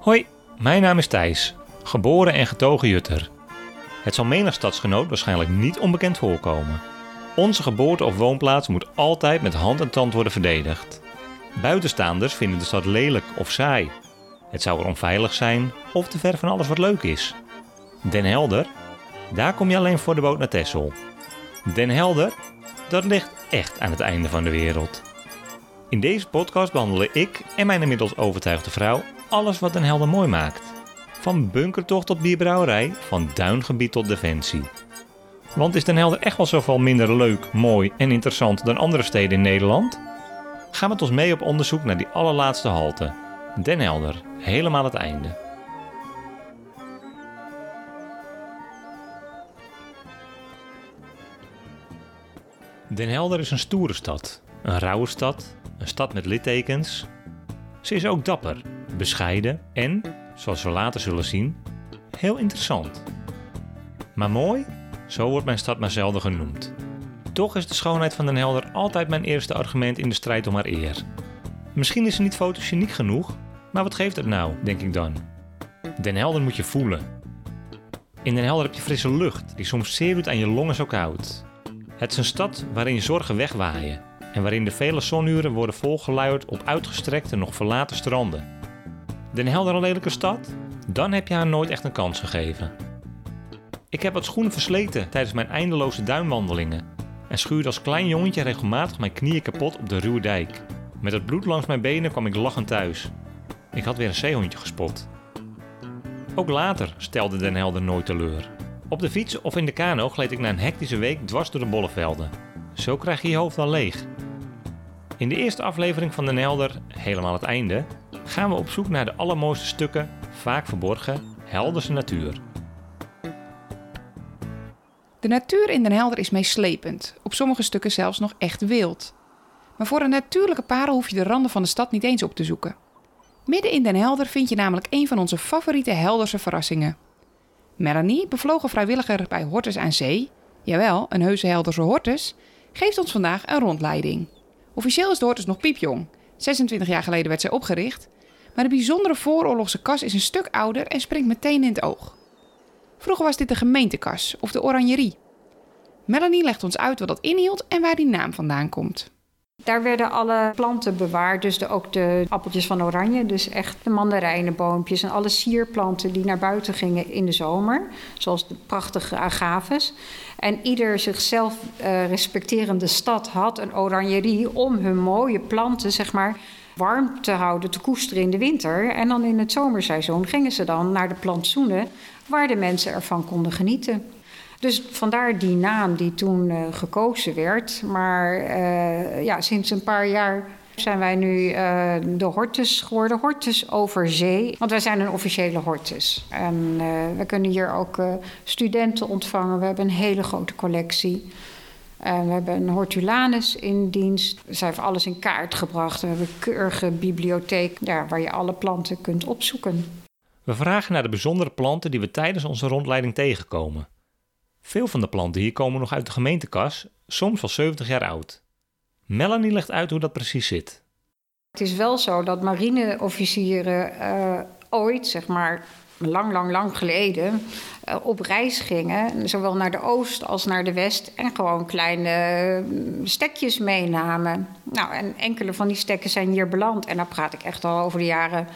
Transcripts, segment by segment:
Hoi, mijn naam is Thijs, geboren en getogen Jutter. Het zal menig stadsgenoot waarschijnlijk niet onbekend voorkomen. Onze geboorte- of woonplaats moet altijd met hand en tand worden verdedigd. Buitenstaanders vinden de stad lelijk of saai. Het zou er onveilig zijn of te ver van alles wat leuk is. Den Helder, daar kom je alleen voor de boot naar Texel. Den Helder, dat ligt echt aan het einde van de wereld. In deze podcast behandelen ik en mijn inmiddels overtuigde vrouw alles wat Den Helder mooi maakt. Van bunkertocht tot bierbrouwerij, van duingebied tot defensie. Want is Den Helder echt wel zoveel minder leuk, mooi en interessant dan andere steden in Nederland? Ga met ons mee op onderzoek naar die allerlaatste halte. Den Helder, helemaal het einde. Den Helder is een stoere stad, een rauwe stad, een stad met littekens. Ze is ook dapper, bescheiden en, zoals we later zullen zien, heel interessant. Maar mooi? Zo wordt mijn stad maar zelden genoemd. Toch is de schoonheid van Den Helder altijd mijn eerste argument in de strijd om haar eer. Misschien is ze niet fotogeniek genoeg, maar wat geeft het nou, denk ik dan? Den Helder moet je voelen. In Den Helder heb je frisse lucht, die soms zeer doet aan je longen zo koud. Het is een stad waarin je zorgen wegwaaien en waarin de vele zonuren worden volgeluierd op uitgestrekte, nog verlaten stranden. Den Helder een lelijke stad? Dan heb je haar nooit echt een kans gegeven. Ik heb wat schoenen versleten tijdens mijn eindeloze duinwandelingen en schuurde als klein jongetje regelmatig mijn knieën kapot op de ruwe dijk. Met het bloed langs mijn benen kwam ik lachend thuis. Ik had weer een zeehondje gespot. Ook later stelde Den Helder nooit teleur. Op de fiets of in de kano gleed ik na een hectische week dwars door de bollevelden. Zo krijg je je hoofd al leeg. In de eerste aflevering van Den Helder, helemaal het einde, gaan we op zoek naar de allermooiste stukken, vaak verborgen, Helderse natuur. De natuur in Den Helder is meeslepend, op sommige stukken zelfs nog echt wild. Maar voor een natuurlijke parel hoef je de randen van de stad niet eens op te zoeken. Midden in Den Helder vind je namelijk een van onze favoriete Helderse verrassingen. Melanie, bevlogen vrijwilliger bij Hortus aan Zee, jawel, een heuse Helderse Hortus, geeft ons vandaag een rondleiding. Officieel is de Hortus nog piepjong. 26 jaar geleden werd zij opgericht. Maar de bijzondere vooroorlogse kas is een stuk ouder en springt meteen in het oog. Vroeger was dit de gemeentekas of de oranjerie. Melanie legt ons uit wat dat inhield en waar die naam vandaan komt. Daar werden alle planten bewaard, dus ook de appeltjes van oranje. Dus echt de mandarijnenboompjes en alle sierplanten die naar buiten gingen in de zomer. Zoals de prachtige agaves. En ieder zichzelf respecterende stad had een oranjerie om hun mooie planten, zeg maar, warm te houden, te koesteren in de winter. En dan in het zomerseizoen gingen ze dan naar de plantsoenen waar de mensen ervan konden genieten. Dus vandaar die naam die toen gekozen werd. Maar sinds een paar jaar zijn wij nu de Hortus geworden. Hortus over zee. Want wij zijn een officiële Hortus. En we kunnen hier ook studenten ontvangen. We hebben een hele grote collectie. We hebben een hortulanus in dienst. Ze hebben alles in kaart gebracht. We hebben een keurige bibliotheek waar je alle planten kunt opzoeken. We vragen naar de bijzondere planten die we tijdens onze rondleiding tegenkomen. Veel van de planten hier komen nog uit de gemeentekas, soms wel 70 jaar oud. Melanie legt uit hoe dat precies zit. Het is wel zo dat marineofficieren ooit, zeg maar lang geleden, op reis gingen. Zowel naar de oost als naar de west. En gewoon kleine stekjes meenamen. Nou, en enkele van die stekken zijn hier beland. En dan praat ik echt al over de jaren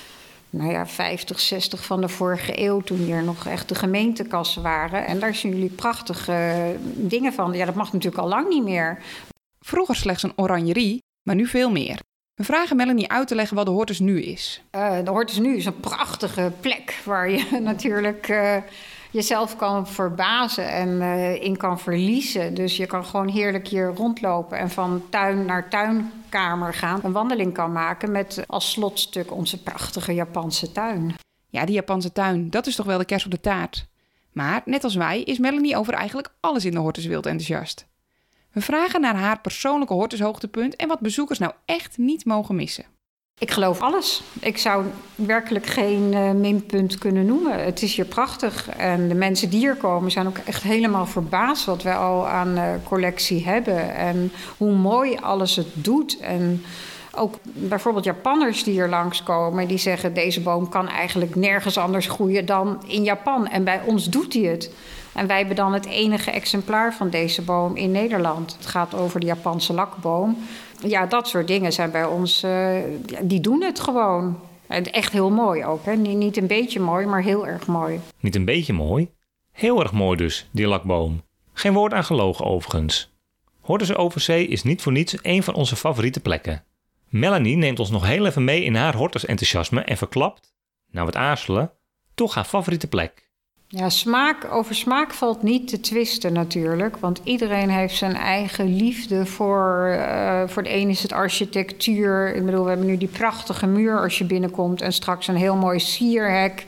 50, 60 van de vorige eeuw, toen hier nog echt de gemeentekassen waren. En daar zien jullie prachtige dingen van. Ja, dat mag natuurlijk al lang niet meer. Vroeger slechts een oranjerie, maar nu veel meer. We vragen Melanie uit te leggen wat de Hortus nu is. De Hortus nu is een prachtige plek waar je natuurlijk jezelf kan verbazen en in kan verliezen. Dus je kan gewoon heerlijk hier rondlopen en van tuin naar tuinkamer gaan. Een wandeling kan maken met als slotstuk onze prachtige Japanse tuin. Ja, die Japanse tuin, dat is toch wel de kers op de taart. Maar net als wij is Melanie over eigenlijk alles in de Hortus wild enthousiast. We vragen naar haar persoonlijke Hortus hoogtepunt en wat bezoekers nou echt niet mogen missen. Ik geloof alles. Ik zou werkelijk geen minpunt kunnen noemen. Het is hier prachtig. En de mensen die hier komen zijn ook echt helemaal verbaasd wat wij al aan collectie hebben. En hoe mooi alles het doet. En Ook bijvoorbeeld Japanners die hier langskomen, die zeggen deze boom kan eigenlijk nergens anders groeien dan in Japan. En bij ons doet hij het. En wij hebben dan het enige exemplaar van deze boom in Nederland. Het gaat over de Japanse lakboom. Ja, dat soort dingen zijn bij ons, die doen het gewoon. En echt heel mooi ook, hè? Niet een beetje mooi, maar heel erg mooi. Niet een beetje mooi? Heel erg mooi dus, die lakboom. Geen woord aan gelogen overigens. Hortus Overzee is niet voor niets een van onze favoriete plekken. Melanie neemt ons nog heel even mee in haar hortus-enthousiasme en verklapt, nou wat aarzelen, toch haar favoriete plek. Ja, over smaak valt niet te twisten natuurlijk. Want iedereen heeft zijn eigen liefde voor de ene is het architectuur. Ik bedoel, we hebben nu die prachtige muur als je binnenkomt. En straks een heel mooi sierhek.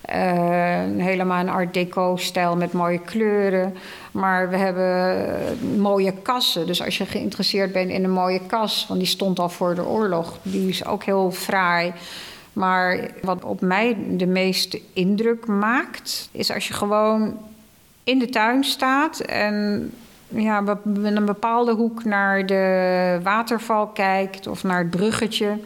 Helemaal een art deco-stijl met mooie kleuren. Maar we hebben mooie kassen. Dus als je geïnteresseerd bent in een mooie kas, want die stond al voor de oorlog. Die is ook heel fraai. Maar wat op mij de meeste indruk maakt, is als je gewoon in de tuin staat en ja, met een bepaalde hoek naar de waterval kijkt of naar het bruggetje,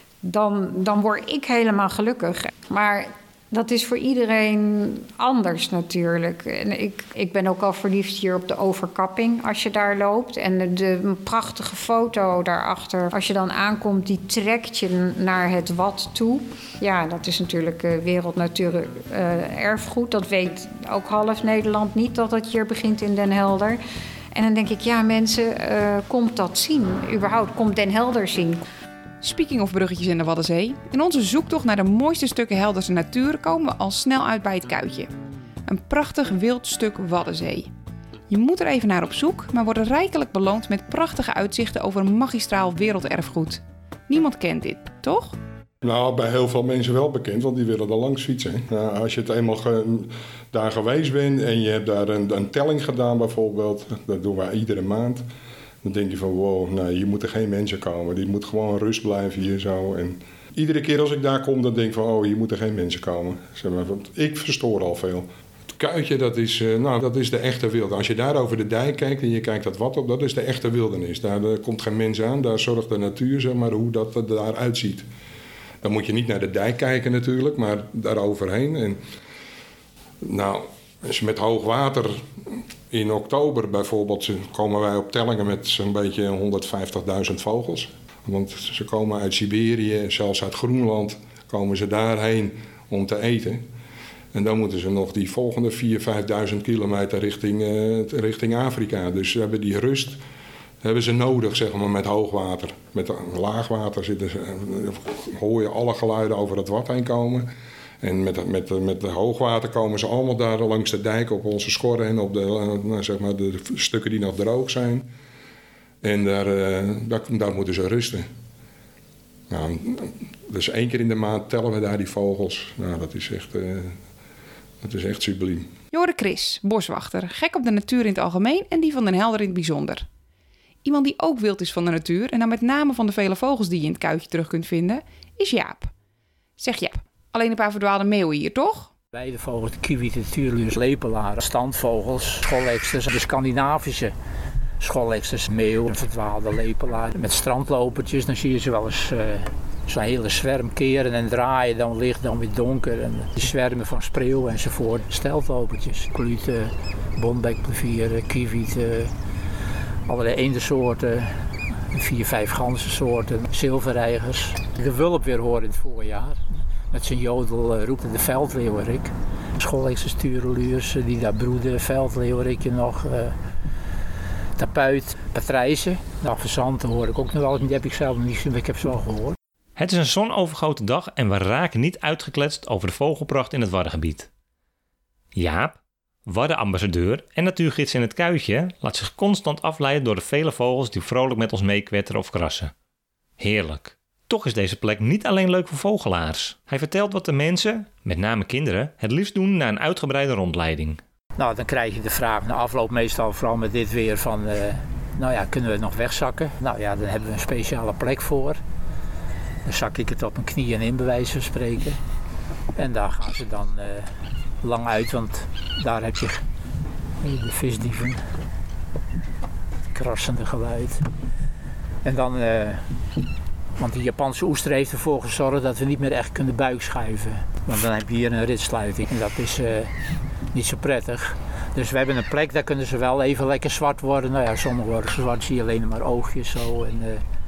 dan word ik helemaal gelukkig. Maar dat is voor iedereen anders natuurlijk. En ik ben ook al verliefd hier op de overkapping als je daar loopt. En de prachtige foto daarachter, als je dan aankomt, die trekt je naar het Wad toe. Ja, dat is natuurlijk wereldnatuur erfgoed. Dat weet ook half Nederland niet, dat het hier begint in Den Helder. En dan denk ik, ja mensen, komt dat zien? Überhaupt, komt Den Helder zien? Speaking of bruggetjes in de Waddenzee. In onze zoektocht naar de mooiste stukken Helderse natuur komen we al snel uit bij het Kuitje. Een prachtig wild stuk Waddenzee. Je moet er even naar op zoek, maar wordt rijkelijk beloond met prachtige uitzichten over een magistraal werelderfgoed. Niemand kent dit, toch? Nou, bij heel veel mensen wel bekend, want die willen er langs fietsen. Nou, als je het eenmaal daar geweest bent en je hebt daar een telling gedaan bijvoorbeeld, dat doen wij iedere maand. Dan denk je van wow, nou, hier moeten geen mensen komen. Dit moet gewoon rust blijven hier zo. En iedere keer als ik daar kom, dan denk ik van oh, hier moeten geen mensen komen. Zeg maar, want ik verstoor al veel. Het Kuitje, dat is de echte wilde. Als je daar over de dijk kijkt en je kijkt dat Wad op, dat is de echte wildernis. Daar komt geen mens aan, daar zorgt de natuur, zeg maar, hoe dat er daaruit ziet. Dan moet je niet naar de dijk kijken natuurlijk, maar daar overheen. En nou, als met hoog water in oktober bijvoorbeeld komen wij op tellingen met zo'n beetje 150.000 vogels. Want ze komen uit Siberië, zelfs uit Groenland, komen ze daarheen om te eten. En dan moeten ze nog die volgende 4.000-5.000 kilometer richting Afrika. Dus ze hebben die rust hebben ze nodig, zeg maar, met hoogwater. Met laagwater hoor je alle geluiden over het Wad heen komen. En met de hoogwater komen ze allemaal daar langs de dijk op onze schorren en op de stukken die nog droog zijn. En daar moeten ze rusten. Nou, dus 1 keer in de maand tellen we daar die vogels. Nou, dat is echt subliem. Jore Chris, boswachter, gek op de natuur in het algemeen en die van Den Helder in het bijzonder. Iemand die ook wild is van de natuur en dan met name van de vele vogels die je in het Kuitje terug kunt vinden, is Jaap. Zeg Jaap, alleen een paar verdwaalde meeuwen hier, toch? Weidevogels, de kiewit, de tuurluurs, lepelaar, standvogels, schooleksters, de Scandinavische schooleksters, meeuw, een verdwaalde lepelaar. Met strandlopertjes, dan zie je ze wel eens zo'n hele zwerm keren en draaien, dan licht, dan weer donker. En die zwermen van spreeuwen enzovoort. Steltlopertjes, kluten, bontbekplevieren, kiewit, allerlei eendensoorten, 4-5 ganzensoorten, zilverreigers. De wulp weer horen in het voorjaar. Met zijn jodel roept de veldleeuwerik. Schooleksters, tureluurs die daar broeden, veldleeuwerikje nog. Tapuit, patrijzen. Nou, verzanten hoor ik ook nog wel. Die heb ik zelf nog niet gezien, maar ik heb ze wel gehoord. Het is een zonovergoten dag en we raken niet uitgekletst over de vogelpracht in het Waddengebied. Jaap, Waddenambassadeur en natuurgids in het Kuitje, laat zich constant afleiden door de vele vogels die vrolijk met ons meekwetteren of krassen. Heerlijk. Toch is deze plek niet alleen leuk voor vogelaars. Hij vertelt wat de mensen, met name kinderen, het liefst doen na een uitgebreide rondleiding. Nou, dan krijg je de vraag na afloop meestal, vooral met dit weer, van kunnen we nog wegzakken? Nou ja, dan hebben we een speciale plek voor. Dan zak ik het op mijn knieën in, bij wijze van spreken. En daar gaan ze dan lang uit, want daar heb je de visdieven. Krassende geluid. En dan Want de Japanse oester heeft ervoor gezorgd dat we niet meer echt kunnen buikschuiven. Want dan heb je hier een ritsluiting en dat is niet zo prettig. Dus we hebben een plek, daar kunnen ze wel even lekker zwart worden. Nou ja, sommige worden zwart, zie je alleen maar oogjes zo. En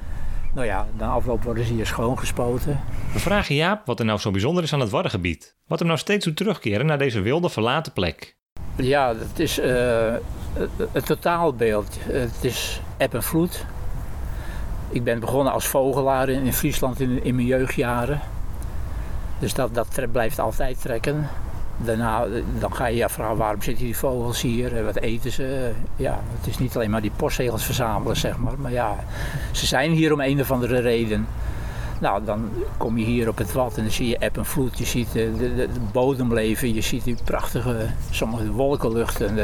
na afloop worden ze hier schoongespoten. We vragen Jaap wat er nou zo bijzonder is aan het Waddengebied. Wat hem nou steeds doet terugkeren naar deze wilde verlaten plek. Ja, dat is het totaalbeeld. Het is eb en vloed. Ik ben begonnen als vogelaar in Friesland in mijn jeugdjaren. Dus dat blijft altijd trekken. Daarna dan ga je je afvragen waarom zitten die vogels hier, wat eten ze. Ja, het is niet alleen maar die postzegels verzamelen, zeg maar. Maar ja, ze zijn hier om een of andere reden. Nou, dan kom je hier op het Wad en dan zie je eb en vloed. Je ziet de bodemleven, je ziet die prachtige, sommige wolkenluchten.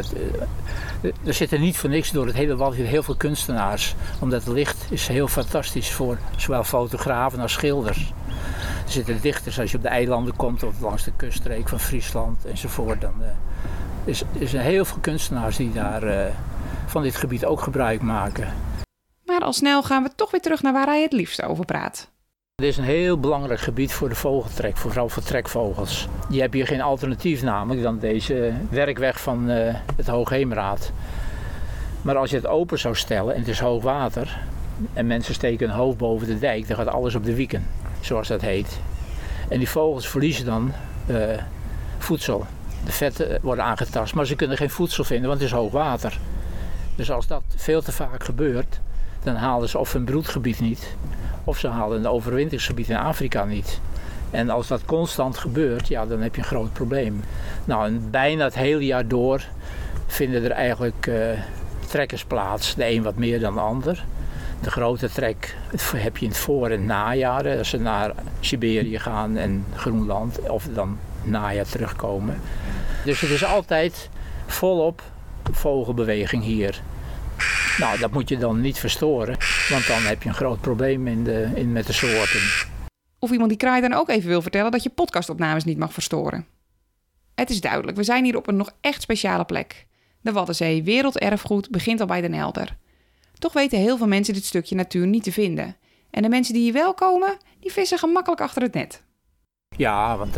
Er zitten niet voor niks door het hele Wad heel veel kunstenaars. Omdat het licht is heel fantastisch voor zowel fotografen als schilders. Er zitten dichters als je op de eilanden komt of langs de kuststreek van Friesland enzovoort. Dan is er heel veel kunstenaars die daar van dit gebied ook gebruik maken. Maar al snel gaan we toch weer terug naar waar hij het liefst over praat. Het is een heel belangrijk gebied voor de vogeltrek, vooral voor trekvogels. Je hebt hier geen alternatief namelijk dan deze werkweg van het Hoogheemraad. Maar als je het open zou stellen en het is hoog water en mensen steken hun hoofd boven de dijk, dan gaat alles op de wieken, zoals dat heet. En die vogels verliezen dan voedsel. De vetten worden aangetast, maar ze kunnen geen voedsel vinden, want het is hoog water. Dus als dat veel te vaak gebeurt, dan halen ze of hun broedgebied niet, of ze halen een overwinteringsgebied in Afrika niet. En als dat constant gebeurt, ja, dan heb je een groot probleem. Nou, en bijna het hele jaar door vinden er eigenlijk trekkers plaats. De een wat meer dan de ander. De grote trek heb je in het voor- en najaar. Als ze naar Siberië gaan en Groenland, of dan najaar terugkomen. Dus het is altijd volop vogelbeweging hier. Nou, dat moet je dan niet verstoren, want dan heb je een groot probleem met de soorten. Of iemand die kraai dan ook even wil vertellen dat je podcastopnames niet mag verstoren. Het is duidelijk, we zijn hier op een nog echt speciale plek. De Waddenzee, werelderfgoed, begint al bij Den Helder. Toch weten heel veel mensen dit stukje natuur niet te vinden. En de mensen die hier wel komen, die vissen gemakkelijk achter het net. Ja, want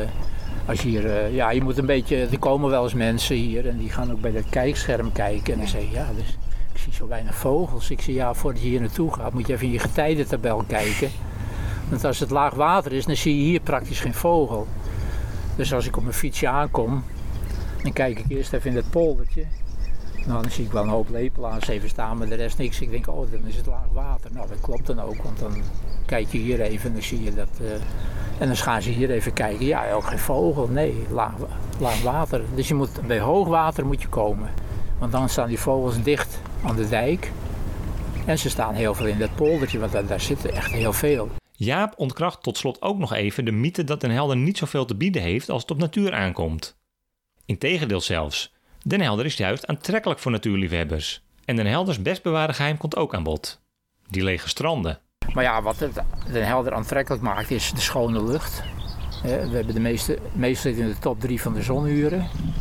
als je hier, je moet een beetje, er komen wel eens mensen hier en die gaan ook bij dat kijkscherm kijken. En dan zeggen ja, dus, ik zie zo weinig vogels. Ik zeg ja, voordat je hier naartoe gaat, moet je even in je getijdentabel kijken. Want als het laag water is, dan zie je hier praktisch geen vogel. Dus als ik op mijn fietsje aankom, dan kijk ik eerst even in het poldertje. Nou, dan zie ik wel een hoop lepelaars even staan, maar de rest niks. Ik denk, dan is het laag water. Nou, dat klopt dan ook, want dan kijk je hier even en dan zie je dat. En dan gaan ze hier even kijken. Ja, ook geen vogel. Nee, laag water. Dus bij hoog water moet je komen. Want dan staan die vogels dicht aan de dijk. En ze staan heel veel in dat poldertje, want daar zitten echt heel veel. Jaap ontkracht tot slot ook nog even de mythe dat Den Helder niet zoveel te bieden heeft als het op natuur aankomt. Integendeel zelfs. Den Helder is juist aantrekkelijk voor natuurliefhebbers. En Den Helders best bewaarde geheim komt ook aan bod. Die lege stranden. Maar ja, wat het Den Helder aantrekkelijk maakt is de schone lucht. We hebben de meeste in de top 3 van de zonuren.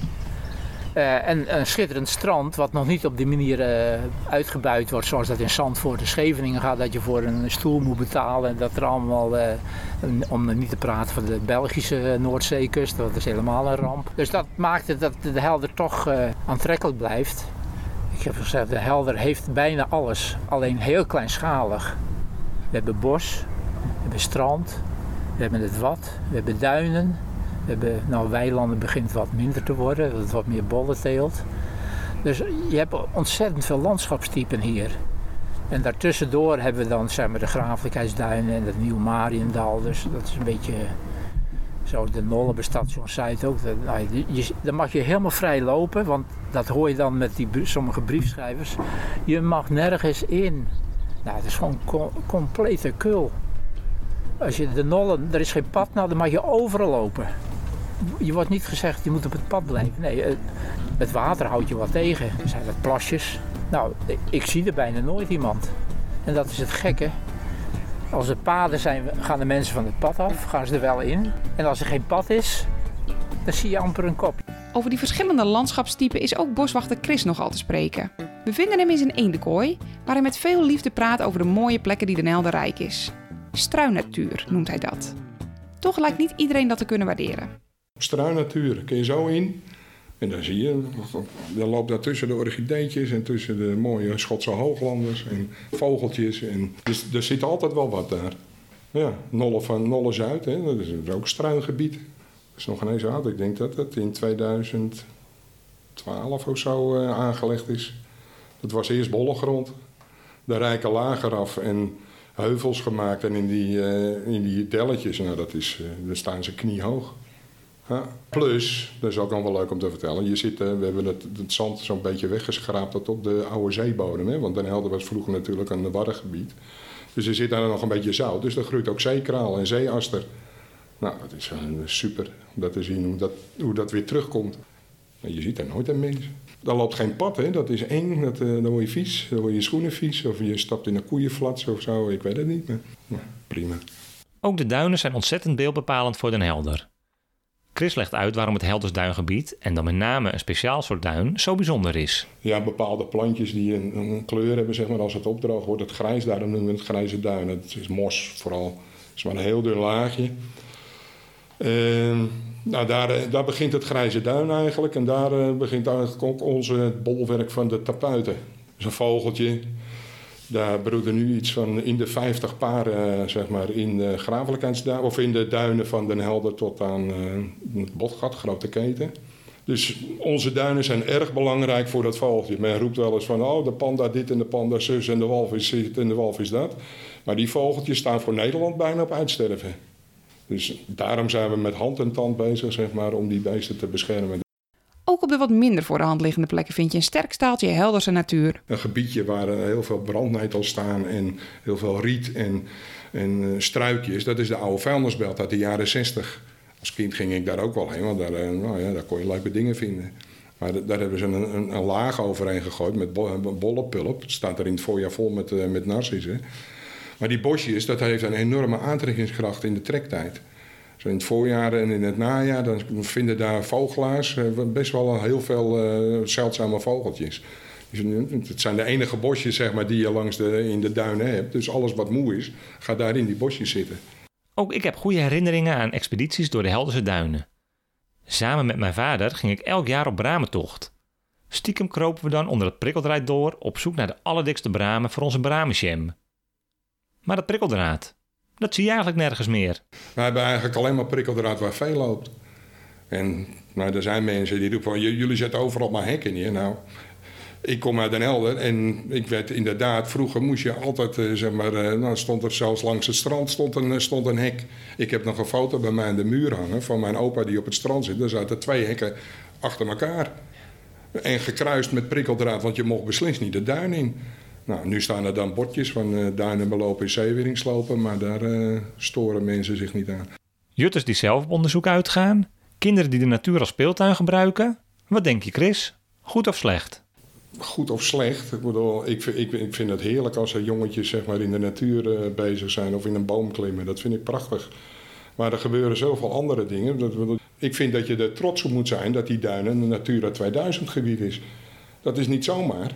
En een schitterend strand wat nog niet op die manier uitgebuit wordt zoals dat in Zandvoort en Scheveningen gaat. Dat je voor een stoel moet betalen en dat er allemaal, om niet te praten van de Belgische Noordzeekust, dat is helemaal een ramp. Dus dat maakt het dat de Helder toch aantrekkelijk blijft. Ik heb gezegd, de Helder heeft bijna alles, alleen heel kleinschalig. We hebben bos, we hebben strand, we hebben het Wad, we hebben duinen. We hebben, weilanden begint wat minder te worden, dat is wat meer bollenteelt. Dus je hebt ontzettend veel landschapstypen hier. En daartussendoor hebben we dan zeg maar, de Grafelijkheidsduinen en het Nieuw Mariendal. Dus dat is een beetje zo de Nollenbestationsite ook. Dan mag je helemaal vrij lopen, want dat hoor je dan met sommige briefschrijvers. Je mag nergens in. Nou, het is gewoon complete kul. Als je de Nollen, er is geen pad, dan mag je overal lopen. Je wordt niet gezegd, je moet op het pad blijven. Nee, het water houdt je wat tegen. Er zijn wat plasjes. Nou, ik zie er bijna nooit iemand. En dat is het gekke. Als er paden zijn, gaan de mensen van het pad af, gaan ze er wel in. En als er geen pad is, dan zie je amper een kop. Over die verschillende landschapstypen is ook boswachter Chris nogal te spreken. We vinden hem in zijn eendenkooi, waar hij met veel liefde praat over de mooie plekken die Den Helder rijk is. Struinnatuur noemt hij dat. Toch lijkt niet iedereen dat te kunnen waarderen. Struinnatuur, kun je zo in. En dan zie je, dan loopt daar tussen de orchideetjes en tussen de mooie Schotse hooglanders en vogeltjes. Dus er zit altijd wel wat daar. Ja, Nolle Zuid, hè, dat is ook struingebied. Dat is nog ineens oud. Ik denk dat het in 2012 of zo aangelegd is. Dat was eerst bollegrond. De rijke lagen af en heuvels gemaakt. En in die delletjes, nou, daar staan ze kniehoog. Ja. Plus, dat is ook nog wel leuk om te vertellen. We hebben het zand zo'n beetje weggeschraapt tot op de oude zeebodem. Hè? Want Den Helder was vroeger natuurlijk een waddengebied. Dus er zit daar nog een beetje zout. Dus er groeit ook zeekraal en zeeaster. Nou, dat is super om dat te zien, hoe dat weer terugkomt. Maar je ziet daar nooit een mens. Daar loopt geen pad, hè? Dat is eng. Dan word je vies. Dan word je schoenen vies. Of je stapt in een koeienflats of zo. Ik weet het niet. Maar ja, prima. Ook de duinen zijn ontzettend beeldbepalend voor Den Helder. Chris legt uit waarom het Helders duingebied, en dan met name een speciaal soort duin, zo bijzonder is. Ja, bepaalde plantjes die een kleur hebben, zeg maar, als het opdroogt, wordt het grijs. Daarom noemen we het grijze duin. Het is mos vooral. Het is maar een heel dun laagje. Daar begint het grijze duin eigenlijk. En daar begint eigenlijk ook onze bolwerk van de tapuiten. Dat is een vogeltje. Daar broeden nu iets van in de 50 paren, zeg maar, in de grafelijkheidsduin, of in de duinen van Den Helder tot aan het Botgat, Grote Keten. Dus onze duinen zijn erg belangrijk voor dat vogeltje. Men roept wel eens van, de panda dit en de panda zus en de walvis dit en de walvis dat. Maar die vogeltjes staan voor Nederland bijna op uitsterven. Dus daarom zijn we met hand en tand bezig, zeg maar, om die beesten te beschermen. Ook op de wat minder voor de hand liggende plekken vind je een sterk staaltje Helderse natuur. Een gebiedje waar heel veel brandnetels staan en heel veel riet en struikjes. Dat is de oude vuilnisbelt uit de jaren 60. Als kind ging ik daar ook wel heen, want daar kon je leuke dingen vinden. Maar daar hebben ze een laag overheen gegooid met bollepulp. Het staat er in het voorjaar vol met narcissen. Maar die bosjes, dat heeft een enorme aantrekkingskracht in de trektijd. Zo in het voorjaar en in het najaar dan vinden daar vogelaars best wel heel veel zeldzame vogeltjes. Het zijn de enige bosjes, zeg maar, die je in de duinen hebt. Dus alles wat moe is, gaat daar in die bosjes zitten. Ook ik heb goede herinneringen aan expedities door de Helderse duinen. Samen met mijn vader ging ik elk jaar op bramentocht. Stiekem kropen we dan onder het prikkeldraad door op zoek naar de allerdikste bramen voor onze bramenjam. Maar dat prikkeldraad, dat zie je eigenlijk nergens meer. We hebben eigenlijk alleen maar prikkeldraad waar vee loopt. En er zijn mensen die roepen van, jullie zetten overal maar hekken neer. Nou, ik kom uit Den Helder en ik werd inderdaad, vroeger moest je altijd, stond er zelfs langs het strand stond een hek. Ik heb nog een foto bij mij aan de muur hangen van mijn opa die op het strand zit. Daar zaten 2 hekken achter elkaar. En gekruist met prikkeldraad, want je mocht beslist niet de duin in. Nou, nu staan er dan bordjes van duinen belopen en zeeweringslopen, maar daar storen mensen zich niet aan. Jutters die zelf op onderzoek uitgaan, kinderen die de natuur als speeltuin gebruiken. Wat denk je, Chris? Goed of slecht? Goed of slecht? Ik bedoel, ik vind het heerlijk als er jongetjes, zeg maar, in de natuur bezig zijn of in een boom klimmen. Dat vind ik prachtig. Maar er gebeuren zoveel andere dingen. Ik vind dat je er trots op moet zijn dat die duinen een Natura 2000 gebied is. Dat is niet zomaar.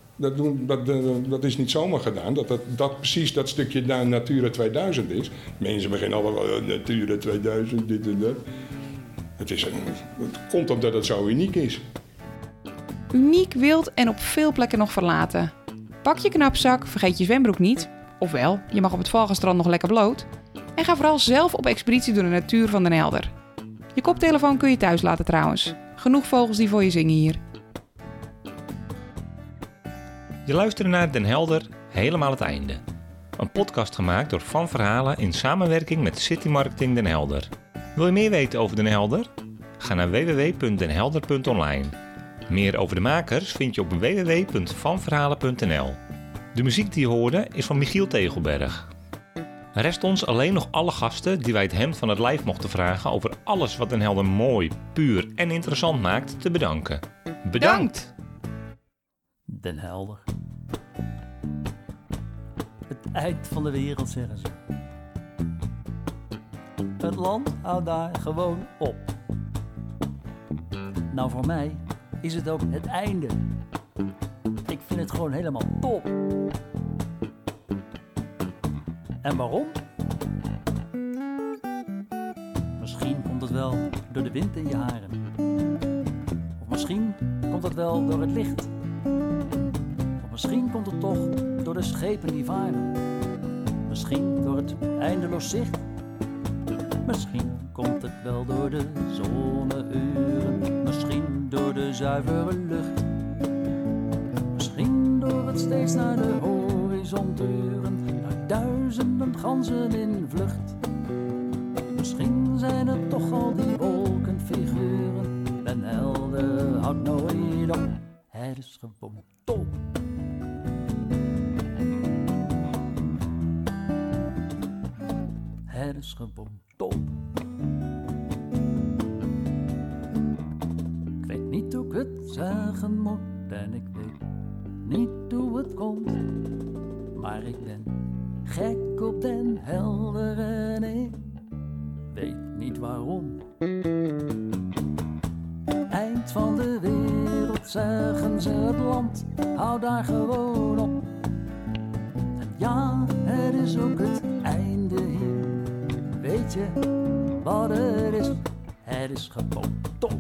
Dat is niet zomaar gedaan, dat precies dat stukje duin Natura 2000 is. Mensen beginnen allemaal, Natura 2000, dit en dat. Het komt omdat het zo uniek is. Uniek, wild en op veel plekken nog verlaten. Pak je knapzak, vergeet je zwembroek niet. Ofwel, je mag op het Valgenstrand nog lekker bloot. En ga vooral zelf op expeditie door de natuur van Den Helder. Je koptelefoon kun je thuis laten trouwens. Genoeg vogels die voor je zingen hier. Je luisterde naar Den Helder, helemaal het einde. Een podcast gemaakt door Van Verhalen in samenwerking met City Marketing Den Helder. Wil je meer weten over Den Helder? Ga naar www.denhelder.online. Meer over de makers vind je op www.vanverhalen.nl. De muziek die je hoorde is van Michiel Tegelberg. Rest ons alleen nog alle gasten die wij het hemd van het lijf mochten vragen over alles wat Den Helder mooi, puur en interessant maakt te bedanken. Bedankt! Den Helder. Het eind van de wereld, zeggen ze. Het land houdt daar gewoon op. Nou, voor mij is het ook het einde. Ik vind het gewoon helemaal top. En waarom? wel door de wind in je haren. Of misschien komt het wel door het licht. Of misschien komt het toch door de schepen die varen. Misschien door het eindeloos zicht. Misschien komt het wel door de zonneuren. Misschien door de zuivere lucht. Misschien door het steeds naar de horizon turen. Naar duizenden ganzen in vlucht. Misschien zijn het toch al die wolkenfiguren. Den helder houdt nooit op. Het is gewoon top. Het is gewoon top. Ik weet niet hoe ik het zeggen moet en ik weet niet hoe het komt. Maar ik ben gek op den helder en ik weet niet waarom. Eind van de wereld zeggen ze het land, hou daar gewoon op. En ja, het is ook het einde hier. Weet je wat het is? Het is gewoon top.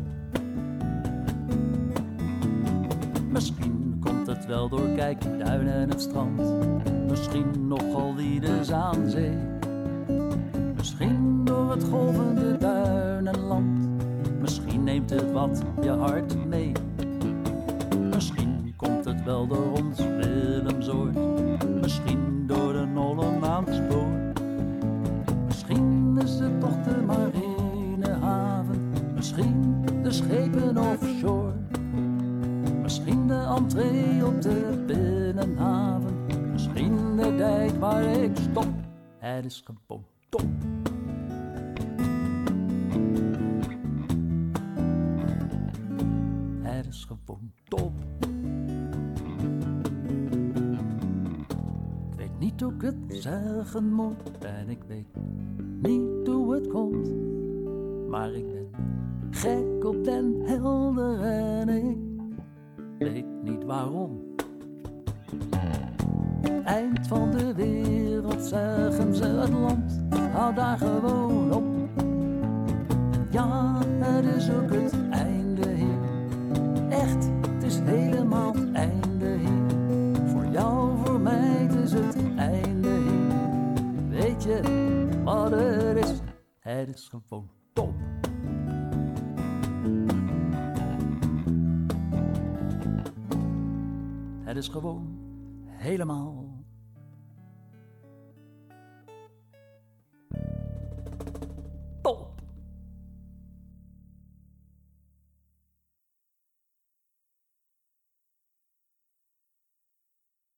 Misschien komt het wel door Kijkduin en het strand. Misschien nogal Wieders aan zee. Misschien door het golvende duinenland. Misschien neemt het wat je hart mee. Misschien komt het wel door ons Willemsoord. Misschien door de Nollemaandspoor. Misschien is het toch de marinehaven. Misschien de schepen offshore. Misschien de entree op de binnenhaven. Misschien de dijk waar ik stop. Het is gewoon top. Het is gewoon top. Ik weet niet hoe ik het zeggen moet en ik weet niet hoe het komt. Maar ik ben gek op den helder en ik weet niet waarom. Eind van de wereld zeggen ze het land, hou daar gewoon op. Ja, het is ook het einde hier. Echt, het is helemaal het einde hier. Voor jou, voor mij, het is het einde hier. Weet je wat het is? Het is gewoon top. Het is gewoon helemaal